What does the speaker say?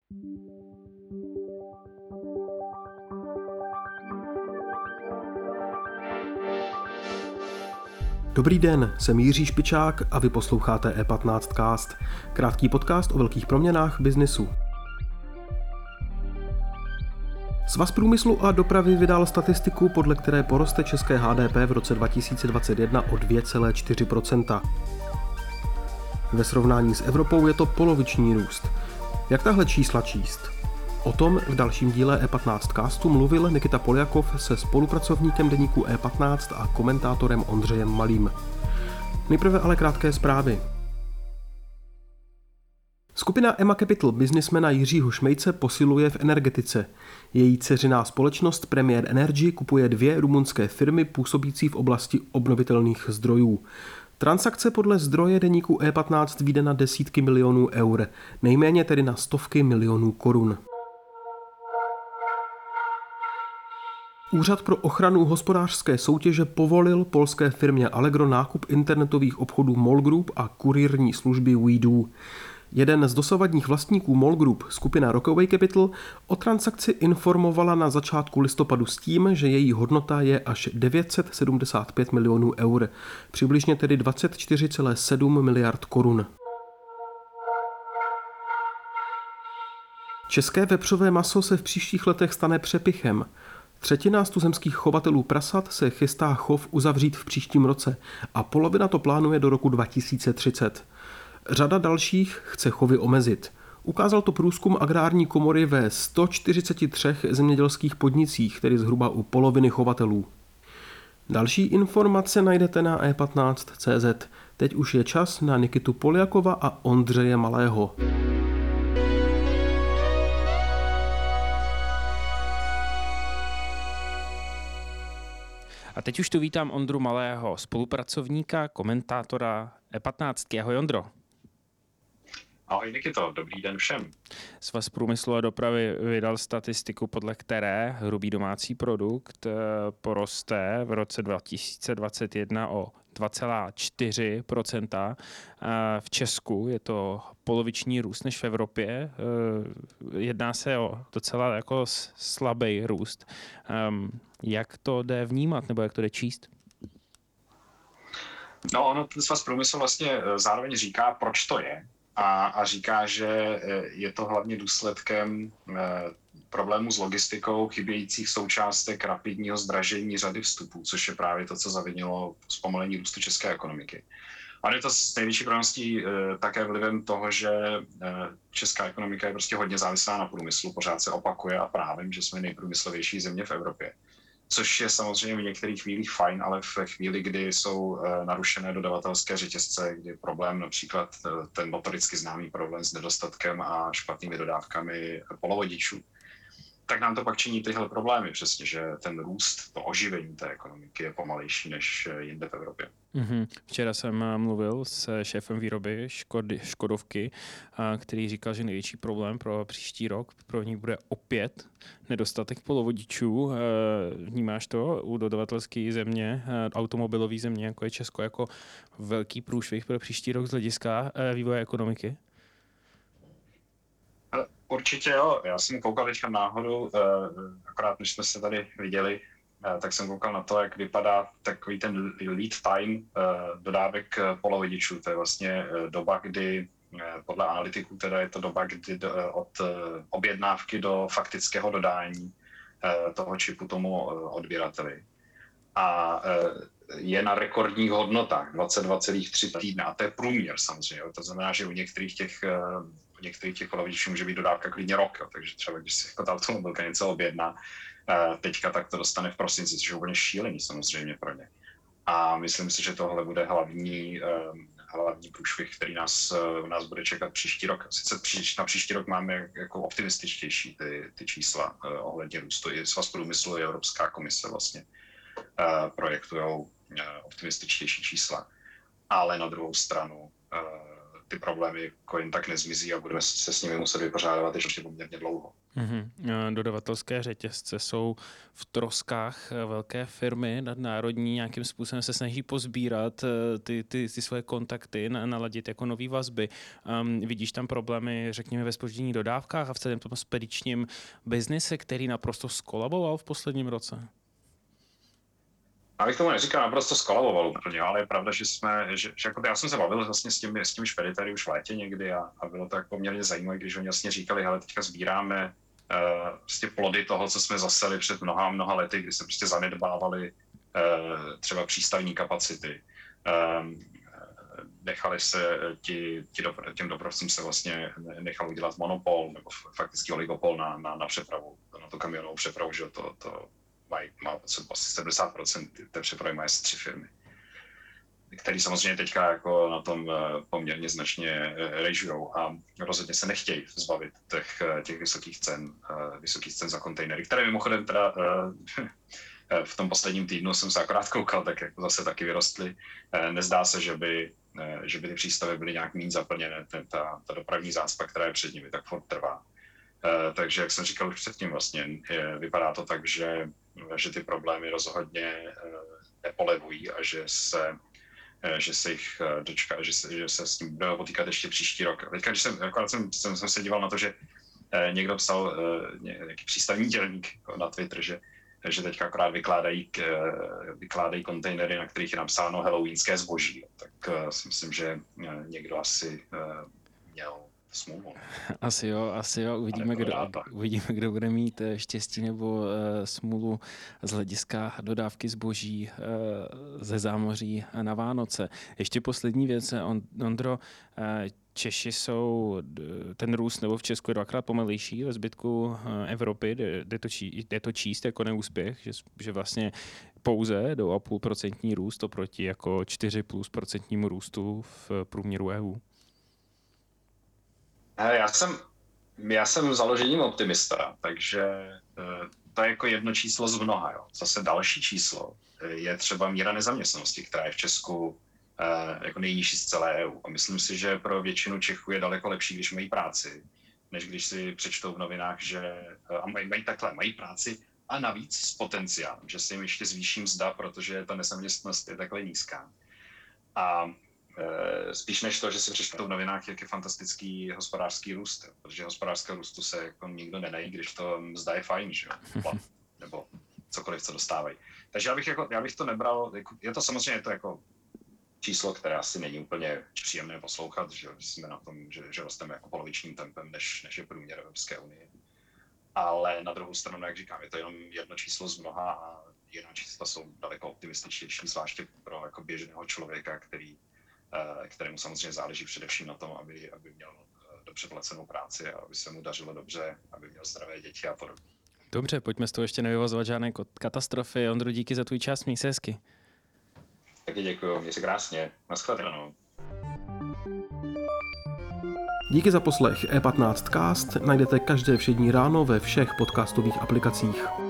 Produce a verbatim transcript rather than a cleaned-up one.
Dobrý den, jsem Jiří Špičák a vy posloucháte E patnáct Cast, krátký podcast o velkých proměnách biznisu. Svaz průmyslu a dopravy vydal statistiku, podle které poroste české H D P v roce dva tisíce dvacet jedna o dvě celé čtyři procenta. Ve srovnání s Evropou je to poloviční růst. Jak tahle čísla číst? O tom v dalším díle E patnáct Castu mluvil Nikita Poljakov se spolupracovníkem deníku E patnáct a komentátorem Ondřejem Malým. Nejprve ale krátké zprávy. Skupina Emma Capital biznismena Jiřího Šmejce posiluje v energetice. Její dceřiná společnost Premier Energy kupuje dvě rumunské firmy působící v oblasti obnovitelných zdrojů. Transakce podle zdroje deníku E patnáct vyjde na desítky milionů eur, nejméně tedy na stovky milionů korun. Úřad pro ochranu hospodářské soutěže povolil polské firmě Allegro nákup internetových obchodů Mall Group a kurýrní služby WeDo. Jeden z dosavadních vlastníků Mall Group, skupina Rockaway Capital, o transakci informovala na začátku listopadu s tím, že její hodnota je až devět set sedmdesát pět milionů eur, přibližně tedy dvacet čtyři celé sedm miliard korun. České vepřové maso se v příštích letech stane přepichem. Třetina z tuzemských chovatelů prasat se chystá chov uzavřít v příštím roce a polovina to plánuje do roku dva tisíce třicet. Řada dalších chce chovy omezit. Ukázal to průzkum agrární komory ve sto čtyřiceti třech zemědělských podnicích, tedy zhruba u poloviny chovatelů. Další informace najdete na e patnáct tečka cé zet. Teď už je čas na Nikitu Poljakova a Ondřeje Malého. A teď už tu vítám Ondru Malého, spolupracovníka, komentátora E patnáct. Ahoj Ondro. Ahoj Nikito, dobrý den všem. Svaz průmyslu a dopravy vydal statistiku, podle které hrubý domácí produkt poroste v roce dva tisíce dvacet jedna o dva celá čtyři procenta. V Česku je to poloviční růst než v Evropě. Jedná se o docela jako slabý růst. Jak to jde vnímat, nebo jak to jde číst? No, ono ten Svaz průmyslu vlastně zároveň říká, proč to je. A, a říká, že je to hlavně důsledkem problémů s logistikou, chybějících součástek, rapidního zdražení řady vstupů, což je právě to, co zavinilo zpomalení růstu české ekonomiky. A je to s největší pravděpodobností také vlivem toho, že česká ekonomika je prostě hodně závislá na průmyslu, pořád se opakuje a právem, že jsme nejprůmyslovější země v Evropě. Což je samozřejmě v některých chvílích fajn, ale v chvíli, kdy jsou narušené dodavatelské řetězce, kdy problém, například ten notoricky známý problém s nedostatkem a špatnými dodávkami polovodičů, tak nám to pak činí tyhle problémy přesně, že ten růst, to oživení té ekonomiky je pomalejší než jinde v Evropě. Mm-hmm. Včera jsem mluvil s šéfem výroby Škody, Škodovky, který říkal, že největší problém pro příští rok pro ní bude opět nedostatek polovodičů. Vnímáš to u dodavatelské země, automobilové země, jako je Česko, jako velký průšvih pro příští rok z hlediska vývoje ekonomiky? Určitě jo. Já jsem koukal teďka náhodou, akorát než jsme se tady viděli, tak jsem koukal na to, jak vypadá takový ten lead time dodávek polovodičů. To je vlastně doba, kdy podle analytiků teda je to doba, kdy od objednávky do faktického dodání toho čipu tomu odběrateli. A je na rekordních hodnotách dvacet dva celá tři týdny. A to je průměr samozřejmě. To znamená, že u některých těch u některých těch polovodičů může být dodávka klidně rok. Jo. Takže třeba, když si jako ta automobilka něco objedná teďka, tak to dostane v prosinci, což je úplně šílený samozřejmě pro ně. A myslím si, že tohle bude hlavní, hlavní průšvih, který nás, nás bude čekat příští rok. Sice příš, na příští rok máme jako optimističtější ty, ty čísla ohledně růstu. I Svaz průmyslu, i Evropská komise vlastně projektujou optimističtější čísla. Ale na druhou stranu ty problémy jako jen tak nezmizí a budeme se s nimi muset vypořádávat ještě poměrně dlouho. Mm-hmm. Dodavatelské řetězce jsou v troskách, velké firmy nadnárodní nějakým způsobem se snaží pozbírat ty, ty, ty svoje kontakty, naladit jako nový vazby. Um, vidíš tam problémy, řekněme, ve zpoždění dodávkách a v celém tom spedičním biznise, který naprosto skolaboval v posledním roce? Abych tomu neříkal, naprosto skolaboval úplně, ale je pravda, že jsme, že, že jako já jsem se bavil vlastně s těmi, s těmi špeditery už v létě někdy a, a bylo to jako poměrně zajímavé, když oni jasně říkali, hele, teďka sbíráme uh, prostě plody toho, co jsme zaseli před mnoha mnoha lety, kdy se prostě zanedbávali uh, třeba přístavní kapacity. Um, nechali se ti, ti dopr- těm dopravcům se vlastně nechal udělat monopol nebo fakticky oligopol na, na, na přepravu, na tu kamionovou přepravu, že to, to mají, má asi sedmdesát procent té přepravy mají tři firmy, které samozřejmě teďka jako na tom poměrně značně režujou a rozhodně se nechtějí zbavit těch, těch vysokých cen, vysokých cen za kontejnery, které mimochodem teda v tom posledním týdnu jsem se akorát koukal, tak jako zase taky vyrostly. Nezdá se, že by, že by ty přístavy byly nějak méně zaplněné, ta, ta dopravní zácpa, která je před nimi, tak furt trvá. Takže, jak jsem říkal už předtím, vlastně vypadá to tak, že, že ty problémy rozhodně nepolevují a že se, že se jich dočká, že se, že se s tím budeme potýkat ještě příští rok. Teďka, když jsem, akorát jsem, jsem, jsem se díval na to, že někdo psal nějaký přístavní dělník na Twitter, že že teďka akorát vykládají, vykládají kontejnery, na kterých je napsáno halloweenské zboží. Tak si myslím, že někdo asi měl smůlu. Asi jo, asi jo. Uvidíme, kdo, uvidíme, kdo bude mít štěstí nebo uh, smůlu z hlediska dodávky zboží uh, ze zámoří na Vánoce. Ještě poslední věc, Ondro, uh, Češi jsou, ten růst nebo v Česku je dvakrát pomalejší, ve zbytku Evropy jde to, čí, jde to číst jako neúspěch, že, že vlastně pouze dva a půl procentní růst oproti jako čtyři plus procentnímu růstu v průměru E U. Já jsem, já jsem založením optimista, takže to je jako jedno číslo z mnoha. Jo. Zase další číslo je třeba míra nezaměstnanosti, která je v Česku jako nejnižší z celé E U. A myslím si, že pro většinu Čechů je daleko lepší, když mají práci, než když si přečtou v novinách, že a mají, mají takhle, mají práci a navíc s potenciálem, že se jim ještě zvýší mzda, protože ta nezaměstnanost je takhle nízká. A e, spíš než to, že si přečtou v novinách, jak je fantastický hospodářský růst, protože hospodářského růstu se jako nikdo nenají, když to mzda je fajn, že jo, plat, nebo cokoliv, co dostávají. Takže já bych, jako, já bych to nebral, jako, je to samozřejmě je to jako číslo, které asi není úplně příjemné poslouchat, že jsme na tom, že, že rosteme jako polovičním tempem, než, než je průměr Evropské unie. Ale na druhou stranu, jak říkám, je to jenom jedno číslo z mnoha a jiná čísla jsou daleko optimističtější, zvláště pro jako běžného člověka, který, kterému samozřejmě záleží především na tom, aby, aby měl dobře placenou práci a aby se mu dařilo dobře, aby měl zdravé děti a podobně. Dobře, pojďme z toho ještě nevyvozovat žádné katastrofy. Ondro, díky za tvůj čas, měj se hezky. Taky děkuju, měj se krásně, nashledanou. Díky za poslech E patnáct Cast najdete každé všední ráno ve všech podcastových aplikacích.